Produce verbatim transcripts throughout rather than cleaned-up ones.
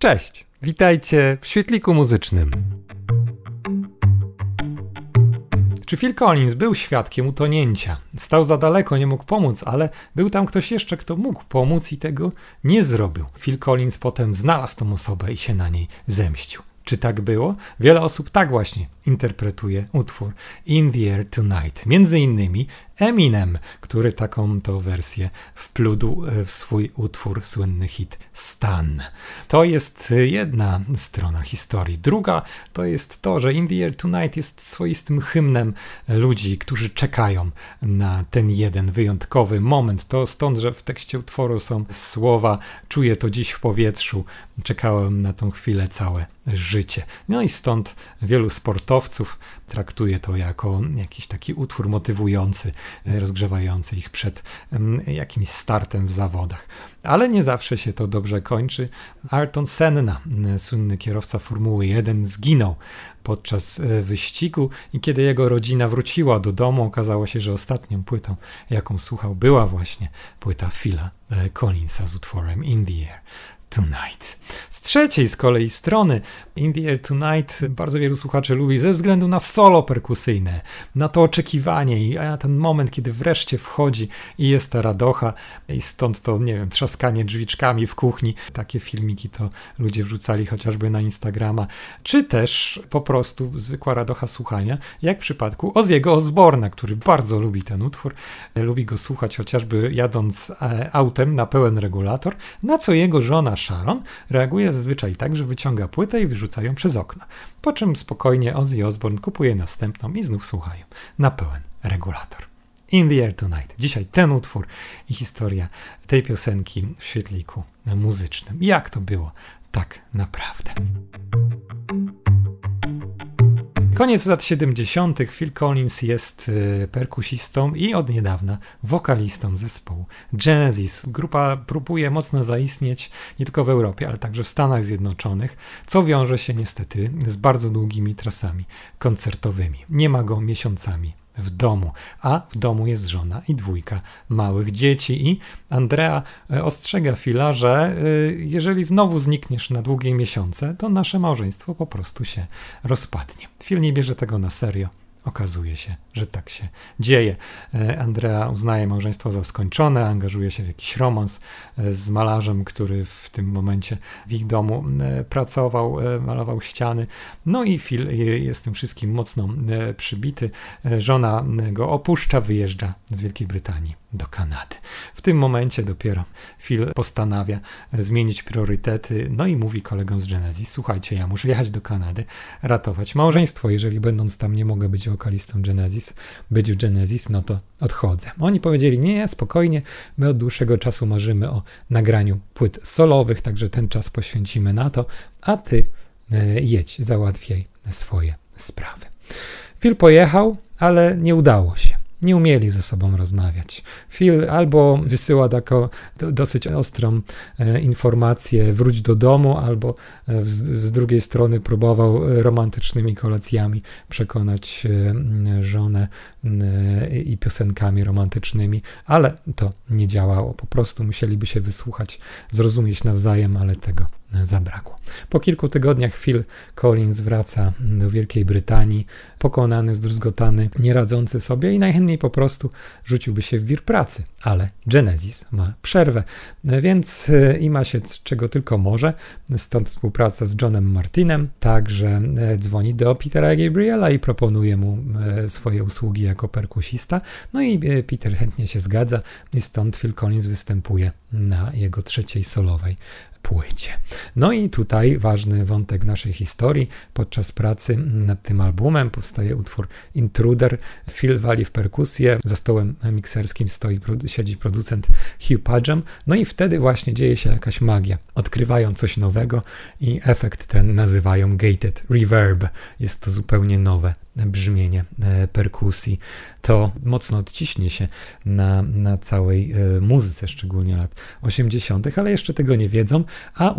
Cześć, witajcie w świetliku muzycznym. Czy Phil Collins był świadkiem utonięcia? Stał za daleko, nie mógł pomóc, ale był tam ktoś jeszcze, kto mógł pomóc i tego nie zrobił. Phil Collins potem znalazł tą osobę i się na niej zemścił. Czy tak było? Wiele osób tak właśnie interpretuje utwór In the Air Tonight. Między innymi Eminem, który taką to wersję wplódł w swój utwór, słynny hit Stan. To jest jedna strona historii. Druga to jest to, że In the Air Tonight jest swoistym hymnem ludzi, którzy czekają na ten jeden wyjątkowy moment. To stąd, że w tekście utworu są słowa czuję to dziś w powietrzu, czekałem na tą chwilę całe życie. No i stąd wielu sportowców traktuje to jako jakiś taki utwór motywujący, rozgrzewający ich przed jakimś startem w zawodach. Ale nie zawsze się to dobrze kończy. Ayrton Senna, słynny kierowca Formuły jeden, zginął podczas wyścigu i kiedy jego rodzina wróciła do domu, okazało się, że ostatnią płytą, jaką słuchał, była właśnie płyta Phila Collinsa z utworem In the Air Tonight. Z trzeciej z kolei strony In the Air Tonight bardzo wielu słuchaczy lubi ze względu na solo perkusyjne, na to oczekiwanie i na ten moment, kiedy wreszcie wchodzi i jest ta radocha i stąd to, nie wiem, trzaskanie drzwiczkami w kuchni. Takie filmiki to ludzie wrzucali chociażby na Instagrama, czy też po prostu zwykła radocha słuchania, jak w przypadku Ozzy'ego Osbourna, który bardzo lubi ten utwór, lubi go słuchać chociażby jadąc autem na pełen regulator, na co jego żona Sharon reaguje zazwyczaj tak, że wyciąga płytę i wyrzuca ją przez okno. Po czym spokojnie Ozzy Osbourne kupuje następną i znów słuchają na pełen regulator. In the Air Tonight. Dzisiaj ten utwór i historia tej piosenki w świetliku muzycznym. Jak to było tak naprawdę? Koniec lat siedemdziesiątych. Phil Collins jest y, perkusistą i od niedawna wokalistą zespołu Genesis. Grupa próbuje mocno zaistnieć nie tylko w Europie, ale także w Stanach Zjednoczonych, co wiąże się niestety z bardzo długimi trasami koncertowymi. Nie ma go miesiącami w domu, a w domu jest żona i dwójka małych dzieci i Andrea ostrzega Phila, że y, jeżeli znowu znikniesz na długie miesiące, to nasze małżeństwo po prostu się rozpadnie. Phil nie bierze tego na serio. Okazuje się, że tak się dzieje. Andrea uznaje małżeństwo za skończone, angażuje się w jakiś romans z malarzem, który w tym momencie w ich domu pracował, malował ściany. No i Phil jest tym wszystkim mocno przybity. Żona go opuszcza, wyjeżdża z Wielkiej Brytanii do Kanady. W tym momencie dopiero Phil postanawia zmienić priorytety, no i mówi kolegom z Genesis: słuchajcie, ja muszę jechać do Kanady, ratować małżeństwo. Jeżeli będąc tam nie mogę być wokalistą Genesis, być w Genesis, no to odchodzę. Oni powiedzieli: nie, spokojnie, my od dłuższego czasu marzymy o nagraniu płyt solowych, także ten czas poświęcimy na to, a ty e, jedź, załatwiaj swoje sprawy. Phil pojechał, ale nie udało się. Nie umieli ze sobą rozmawiać. Phil albo wysyła taką do, dosyć ostrą e, informację: wróć do domu, albo e, z, z drugiej strony próbował romantycznymi kolacjami przekonać e, żonę e, i piosenkami romantycznymi, ale to nie działało. Po prostu musieliby się wysłuchać, zrozumieć nawzajem, ale tego zabrakło. Po kilku tygodniach Phil Collins wraca do Wielkiej Brytanii, pokonany, zdruzgotany, nie radzący sobie i najchętniej po prostu rzuciłby się w wir pracy, ale Genesis ma przerwę, więc i ma się czego tylko może, stąd współpraca z Johnem Martinem, także dzwoni do Petera Gabriela i proponuje mu swoje usługi jako perkusista, no i Peter chętnie się zgadza i stąd Phil Collins występuje na jego trzeciej solowej płycie. No i tutaj ważny wątek naszej historii. Podczas pracy nad tym albumem powstaje utwór Intruder. Phil wali w perkusję, za stołem mikserskim stoi, siedzi producent Hugh Padgham, no i wtedy właśnie dzieje się jakaś magia. Odkrywają coś nowego i efekt ten nazywają gated reverb. Jest to zupełnie nowe brzmienie perkusji. To mocno odciśnie się na, na całej muzyce, szczególnie lat osiemdziesiątych, ale jeszcze tego nie wiedzą, a utwór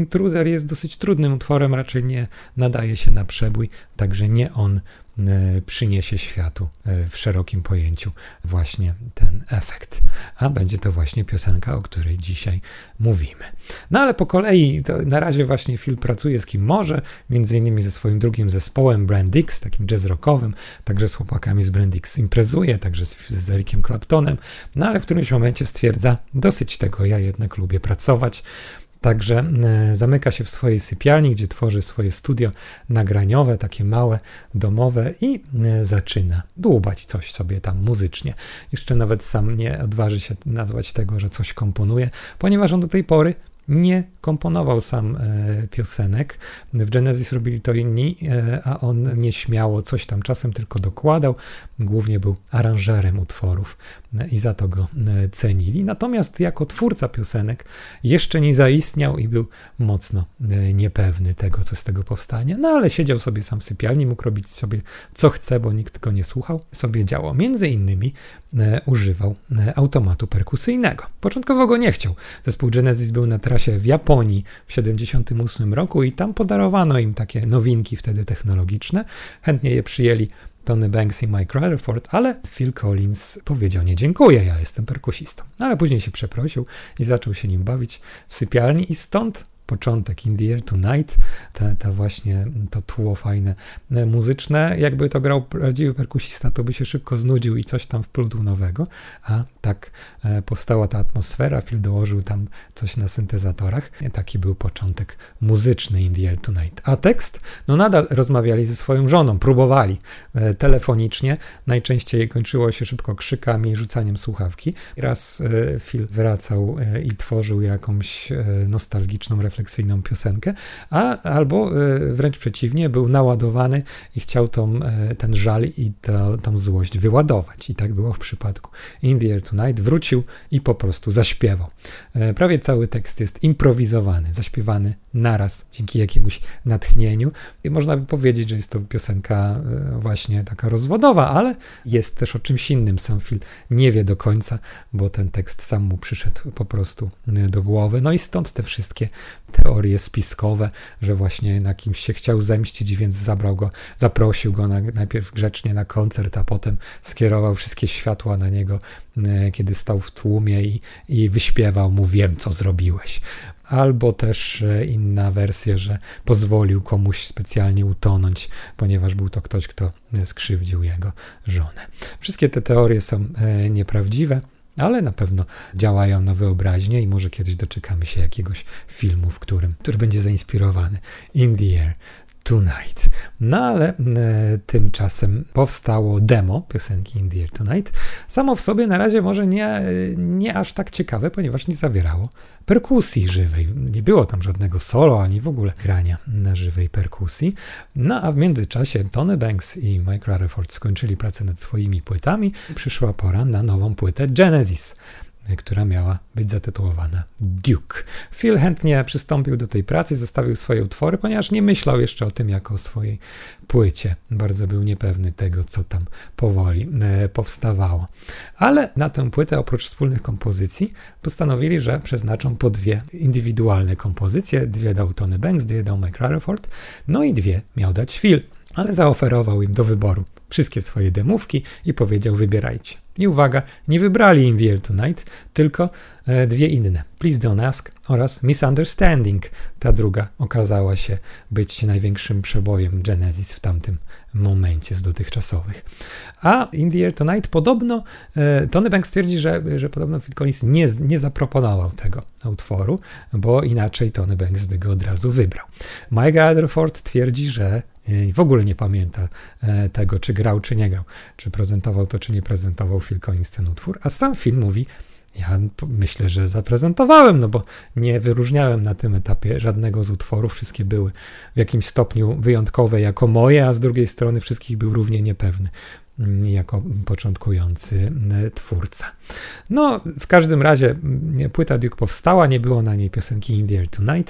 Intruder jest dosyć trudnym utworem, raczej nie nadaje się na przebój, także nie on przyniesie światu w szerokim pojęciu właśnie ten efekt. A będzie to właśnie piosenka, o której dzisiaj mówimy. No ale po kolei, to na razie właśnie Phil pracuje z kim może, między innymi ze swoim drugim zespołem Brand X, takim jazz rockowym, także z chłopakami z Brand X imprezuje, także z, z Ericiem Claptonem, no ale w którymś momencie stwierdza, dosyć tego, ja jednak lubię pracować. Także e, zamyka się w swojej sypialni, gdzie tworzy swoje studio nagraniowe, takie małe, domowe i e, zaczyna dłubać coś sobie tam muzycznie. Jeszcze nawet sam nie odważy się nazwać tego, że coś komponuje, ponieważ on do tej pory nie komponował sam e, piosenek. W Genesis robili to inni, e, a on nieśmiało coś tam czasem tylko dokładał. Głównie był aranżerem utworów e, i za to go e, cenili. Natomiast jako twórca piosenek jeszcze nie zaistniał i był mocno e, niepewny tego, co z tego powstanie. No ale siedział sobie sam w sypialni, mógł robić sobie co chce, bo nikt go nie słuchał. Sobie działał. Między innymi e, używał e, automatu perkusyjnego. Początkowo go nie chciał. Zespół Genesis był na trasie w Japonii w siedemdziesiątym ósmym roku i tam podarowano im takie nowinki wtedy technologiczne. Chętnie je przyjęli Tony Banks i Mike Rutherford, ale Phil Collins powiedział: nie dziękuję, ja jestem perkusistą. Ale później się przeprosił i zaczął się nim bawić w sypialni i stąd początek In the Air Tonight, ta, ta właśnie to tło fajne muzyczne. Jakby to grał prawdziwy perkusista, to by się szybko znudził i coś tam wplótł nowego, a tak e, powstała ta atmosfera. Phil dołożył tam coś na syntezatorach. Taki był początek muzyczny In the Air Tonight. A tekst? No nadal rozmawiali ze swoją żoną, próbowali e, telefonicznie. Najczęściej kończyło się szybko krzykami i rzucaniem słuchawki. Raz e, Phil wracał e, i tworzył jakąś e, nostalgiczną refleksję, refleksyjną piosenkę, a albo y, wręcz przeciwnie, był naładowany i chciał tą, y, ten żal i ta, tą złość wyładować. I tak było w przypadku In the Air Tonight. Wrócił i po prostu zaśpiewał. Y, prawie cały tekst jest improwizowany, zaśpiewany naraz, dzięki jakiemuś natchnieniu. I można by powiedzieć, że jest to piosenka y, właśnie taka rozwodowa, ale jest też o czymś innym. Sam Phil nie wie do końca, bo ten tekst sam mu przyszedł po prostu y, do głowy. No i stąd te wszystkie teorie spiskowe, że właśnie na kimś się chciał zemścić, więc zabrał go, zaprosił go na, najpierw grzecznie na koncert, a potem skierował wszystkie światła na niego, e, kiedy stał w tłumie i, i wyśpiewał mu: wiem, co zrobiłeś. Albo też e, inna wersja, że pozwolił komuś specjalnie utonąć, ponieważ był to ktoś, kto skrzywdził jego żonę. Wszystkie te teorie są e, nieprawdziwe, ale na pewno działają na wyobraźnię i może kiedyś doczekamy się jakiegoś filmu, w którym, który będzie zainspirowany In the Air Tonight. No ale e, tymczasem powstało demo piosenki In the Air Tonight. Samo w sobie na razie może nie, nie aż tak ciekawe, ponieważ nie zawierało perkusji żywej. Nie było tam żadnego solo, ani w ogóle grania na żywej perkusji. No a w międzyczasie Tony Banks i Mike Rutherford skończyli pracę nad swoimi płytami. Przyszła pora na nową płytę Genesis, która miała być zatytułowana Duke. Phil chętnie przystąpił do tej pracy, zostawił swoje utwory, ponieważ nie myślał jeszcze o tym jako o swojej płycie. Bardzo był niepewny tego, co tam powoli e, powstawało. Ale na tę płytę, oprócz wspólnych kompozycji, postanowili, że przeznaczą po dwie indywidualne kompozycje. Dwie dał Tony Banks, dwie dał Mike Rutherford, no i dwie miał dać Phil. Ale zaoferował im do wyboru wszystkie swoje demówki i powiedział: wybierajcie. I uwaga, nie wybrali In the Air Tonight, tylko e, dwie inne. Please Don't Ask oraz Misunderstanding. Ta druga okazała się być największym przebojem Genesis w tamtym momencie z dotychczasowych. A In the Air Tonight podobno, e, Tony Banks twierdzi, że, że podobno Phil Collins nie, nie zaproponował tego utworu, bo inaczej Tony Banks by go od razu wybrał. Mike Rutherford twierdzi, że w ogóle nie pamięta e, tego, czy grał, czy nie grał, czy prezentował to, czy nie prezentował Phil Collins ten utwór, a sam Phil mówi: ja myślę, że zaprezentowałem, no bo nie wyróżniałem na tym etapie żadnego z utworów, wszystkie były w jakimś stopniu wyjątkowe jako moje, a z drugiej strony wszystkich był równie niepewny jako początkujący twórca. No, w każdym razie płyta Duke powstała, nie było na niej piosenki In the Air Tonight,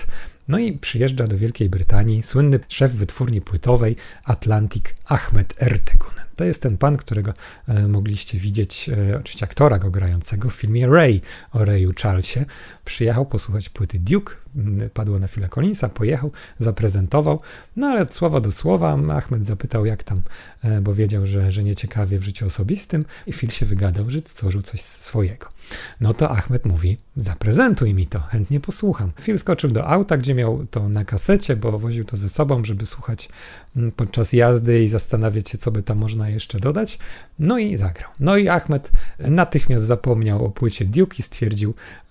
No i przyjeżdża do Wielkiej Brytanii słynny szef wytwórni płytowej Atlantic Ahmet Ertegun. To jest ten pan, którego e, mogliście widzieć, e, oczywiście aktora go grającego w filmie Ray o Rayu Charlesie. Przyjechał posłuchać płyty Duke, m, padło na Phila Collinsa, pojechał, zaprezentował, no ale od słowa do słowa Ahmed zapytał jak tam, e, bo wiedział, że, że nieciekawie w życiu osobistym i Phil się wygadał, że stworzył coś swojego. No to Ahmed mówi, zaprezentuj mi to, chętnie posłucham. Phil skoczył do auta, gdzie miał to na kasecie, bo woził to ze sobą, żeby słuchać m, podczas jazdy i zastanawiać się, co by tam można jeszcze dodać. No i zagrał. No i Ahmed natychmiast zapomniał o płycie Duke i stwierdził,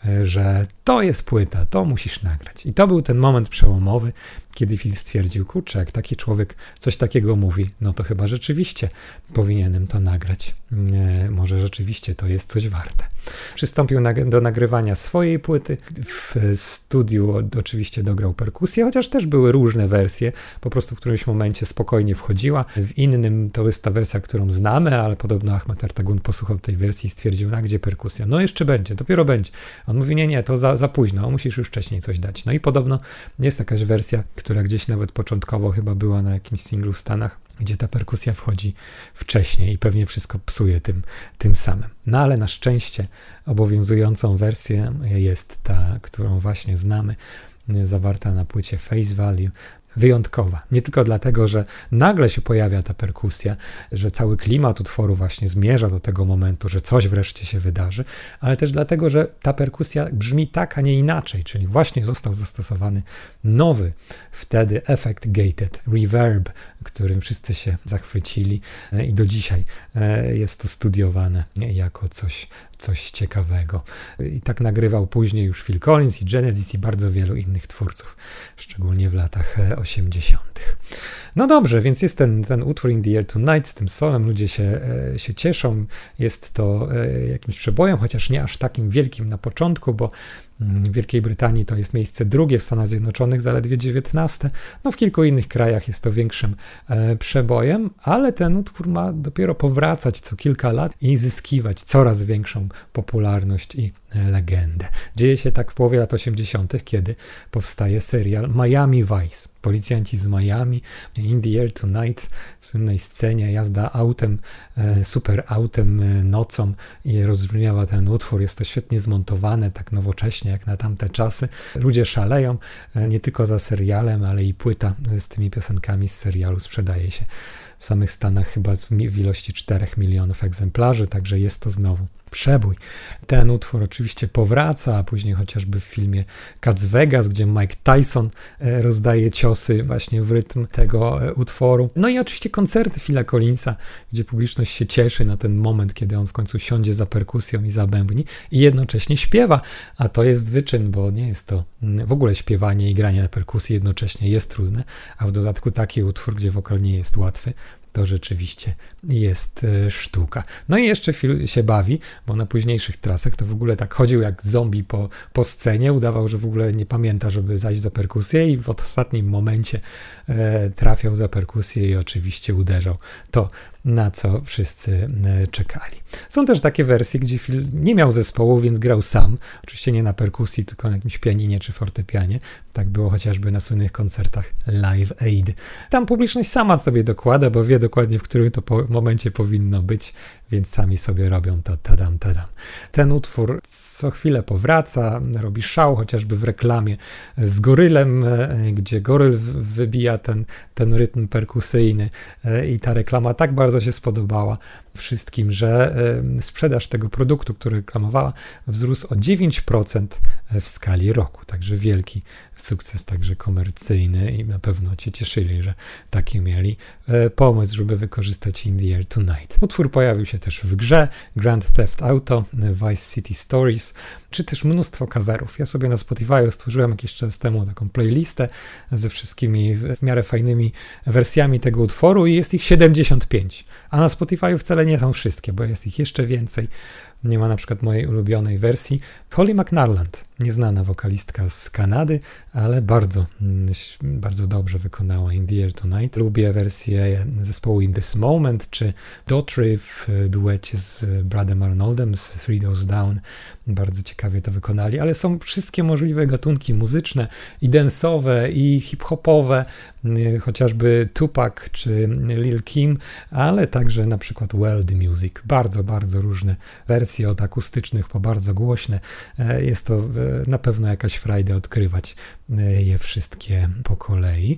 że to jest płyta, to musisz nagrać. I to był ten moment przełomowy, kiedy Phil stwierdził, kurczę, jak taki człowiek coś takiego mówi, no to chyba rzeczywiście powinienem to nagrać. E, może rzeczywiście to jest coś warte. Przystąpił na, do nagrywania swojej płyty. W studiu oczywiście dograł perkusję, chociaż też były różne wersje. Po prostu w którymś momencie spokojnie wchodziła. W innym to jest ta wersja, którą znamy, ale podobno Ahmet Ertegun posłuchał tej wersji i stwierdził, a gdzie perkusja? No jeszcze będzie, dopiero będzie. On mówi, nie, nie, to za, za późno, musisz już wcześniej coś dać. No i podobno jest jakaś wersja, która gdzieś nawet początkowo chyba była na jakimś singlu w Stanach, gdzie ta perkusja wchodzi wcześniej i pewnie wszystko psuje tym, tym samym. No ale na szczęście obowiązującą wersję jest ta, którą właśnie znamy, zawarta na płycie Face Value. Wyjątkowa. Nie tylko dlatego, że nagle się pojawia ta perkusja, że cały klimat utworu właśnie zmierza do tego momentu, że coś wreszcie się wydarzy, ale też dlatego, że ta perkusja brzmi tak, a nie inaczej, czyli właśnie został zastosowany nowy wtedy efekt gated reverb, którym wszyscy się zachwycili i do dzisiaj jest to studiowane jako coś, coś ciekawego. I tak nagrywał później już Phil Collins i Genesis i bardzo wielu innych twórców, szczególnie w latach osiemdziesiątych. No dobrze, więc jest ten, ten utwór In the Air Tonight z tym solem, ludzie się, e, się cieszą, jest to e, jakimś przebojem, chociaż nie aż takim wielkim na początku, bo w Wielkiej Brytanii to jest miejsce drugie, w Stanach Zjednoczonych zaledwie dziewiętnaste, no w kilku innych krajach jest to większym e, przebojem, ale ten utwór ma dopiero powracać co kilka lat i zyskiwać coraz większą popularność i e, legendę. Dzieje się tak w połowie lat osiemdziesiątych, kiedy powstaje serial Miami Vice. Policjanci z Miami, In the Air Tonight, w słynnej scenie jazda autem, e, super autem e, nocą i rozbrzmiała ten utwór. Jest to świetnie zmontowane, tak nowocześnie jak na tamte czasy. Ludzie szaleją, e, nie tylko za serialem, ale i płyta z tymi piosenkami z serialu sprzedaje się w samych Stanach chyba w ilości czterech milionów egzemplarzy, także jest to znowu przebój. Ten utwór oczywiście powraca, a później chociażby w filmie Cats Vegas, gdzie Mike Tyson rozdaje ciosy właśnie w rytm tego utworu. No i oczywiście koncerty Phila Collinsa, gdzie publiczność się cieszy na ten moment, kiedy on w końcu siądzie za perkusją i zabębni i jednocześnie śpiewa, a to jest wyczyn, bo nie jest to w ogóle śpiewanie i granie na perkusji jednocześnie jest trudne, a w dodatku taki utwór, gdzie wokal nie jest łatwy, to rzeczywiście jest e, sztuka. No i jeszcze Phil się bawi, bo na późniejszych trasach to w ogóle tak chodził jak zombie po, po scenie, udawał, że w ogóle nie pamięta, żeby zajść za perkusję i w ostatnim momencie e, trafiał za perkusję i oczywiście uderzał to, na co wszyscy e, czekali. Są też takie wersje, gdzie Phil nie miał zespołu, więc grał sam. Oczywiście nie na perkusji, tylko na jakimś pianinie czy fortepianie. Tak było chociażby na słynnych koncertach Live Aid. Tam publiczność sama sobie dokłada, bo wie dokładnie, w którym to po momencie powinno być, więc sami sobie robią to tadam, tadam. Ten utwór co chwilę powraca, robi szał, chociażby w reklamie z Gorylem, gdzie Goryl wybija ten, ten rytm perkusyjny i ta reklama tak bardzo się spodobała wszystkim, że sprzedaż tego produktu, który reklamowała, wzrósł o dziewięć procent w skali roku. Także wielki sukces, także komercyjny i na pewno się cieszyli, że taki mieli pomysł, żeby wykorzystać In the Air Tonight. Utwór pojawił się też w grze Grand Theft Auto, Vice City Stories, czy też mnóstwo coverów. Ja sobie na Spotify stworzyłem jakiś czas temu taką playlistę ze wszystkimi w miarę fajnymi wersjami tego utworu i jest ich siedemdziesiąt pięć, a na Spotify wcale nie są wszystkie, bo jest ich jeszcze więcej. Nie ma na przykład mojej ulubionej wersji. Holly McNarland, nieznana wokalistka z Kanady, ale bardzo, bardzo dobrze wykonała In the Air Tonight. Lubię wersję zespołu In This Moment, czy Daughtry w duecie z Bradem Arnoldem z Three Doors Down. bardzo ciekawie to wykonali, ale są wszystkie możliwe gatunki muzyczne i dance'owe, i hip-hopowe, chociażby Tupac czy Lil Kim, ale także na przykład world music. Bardzo, bardzo różne wersje od akustycznych po bardzo głośne. Jest to na pewno jakaś frajda odkrywać je wszystkie po kolei.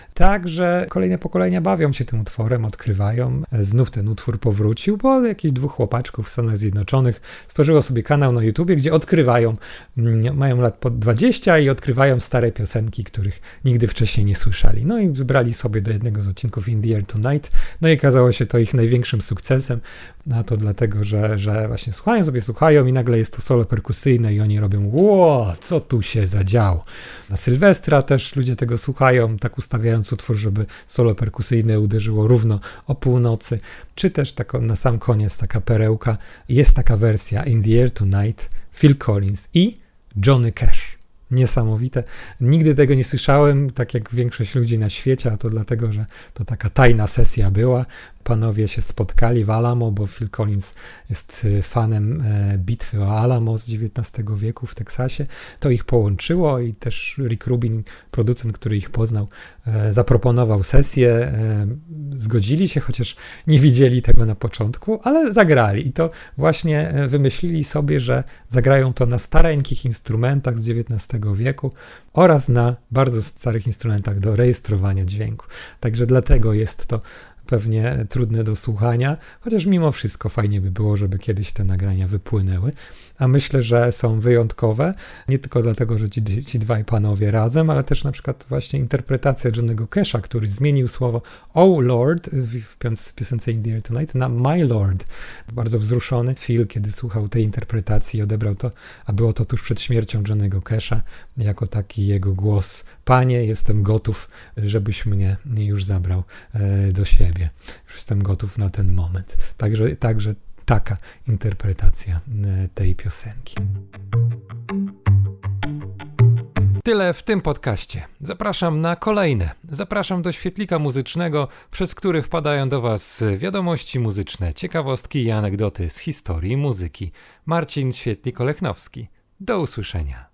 Także kolejne pokolenia bawią się tym utworem, odkrywają. Znów ten utwór powrócił, bo jakieś dwóch chłopaczków w Stanach Zjednoczonych stworzyło sobie kanał na YouTubie, gdzie odkrywają, mają lat po dwadzieścia i odkrywają stare piosenki, których nigdy wcześniej nie słyszeli. No i wybrali sobie do jednego z odcinków In the Air Tonight, no i okazało się to ich największym sukcesem, a to dlatego, że, że właśnie słuchają sobie, słuchają i nagle jest to solo perkusyjne i oni robią, ło, co tu się zadziało. Na Sylwestra też ludzie tego słuchają, tak ustawiając utwór, żeby solo perkusyjne uderzyło równo o północy, czy też tak na sam koniec taka perełka, jest taka wersja In the Air Tonight, Phil Collins i Johnny Cash. Niesamowite. Nigdy tego nie słyszałem, tak jak większość ludzi na świecie, a to dlatego, że to taka tajna sesja była. Panowie się spotkali w Alamo, bo Phil Collins jest fanem bitwy o Alamo z dziewiętnastego wieku w Teksasie. To ich połączyło i też Rick Rubin, producent, który ich poznał, zaproponował sesję. Zgodzili się, chociaż nie widzieli tego na początku, ale zagrali i to właśnie wymyślili sobie, że zagrają to na stareńkich instrumentach z dziewiętnastego wieku oraz na bardzo starych instrumentach do rejestrowania dźwięku. Także dlatego jest to pewnie trudne do słuchania, chociaż mimo wszystko fajnie by było, żeby kiedyś te nagrania wypłynęły, a myślę, że są wyjątkowe, nie tylko dlatego, że ci, ci dwaj panowie razem, ale też na przykład właśnie interpretacja Johnny'ego Casha, który zmienił słowo Oh Lord w piosence In the Air Tonight na My Lord. Bardzo wzruszony Phil, kiedy słuchał tej interpretacji, odebrał to, a było to tuż przed śmiercią Johnny'ego Casha, jako taki jego głos: Panie, jestem gotów, żebyś mnie już zabrał e, do siebie. Już jestem gotów na ten moment. Także, także taka interpretacja tej piosenki. Tyle w tym podcaście. Zapraszam na kolejne. Zapraszam do świetlika muzycznego, przez który wpadają do Was wiadomości muzyczne, ciekawostki i anegdoty z historii muzyki. Marcin Świetlik-Olechnowski. Do usłyszenia.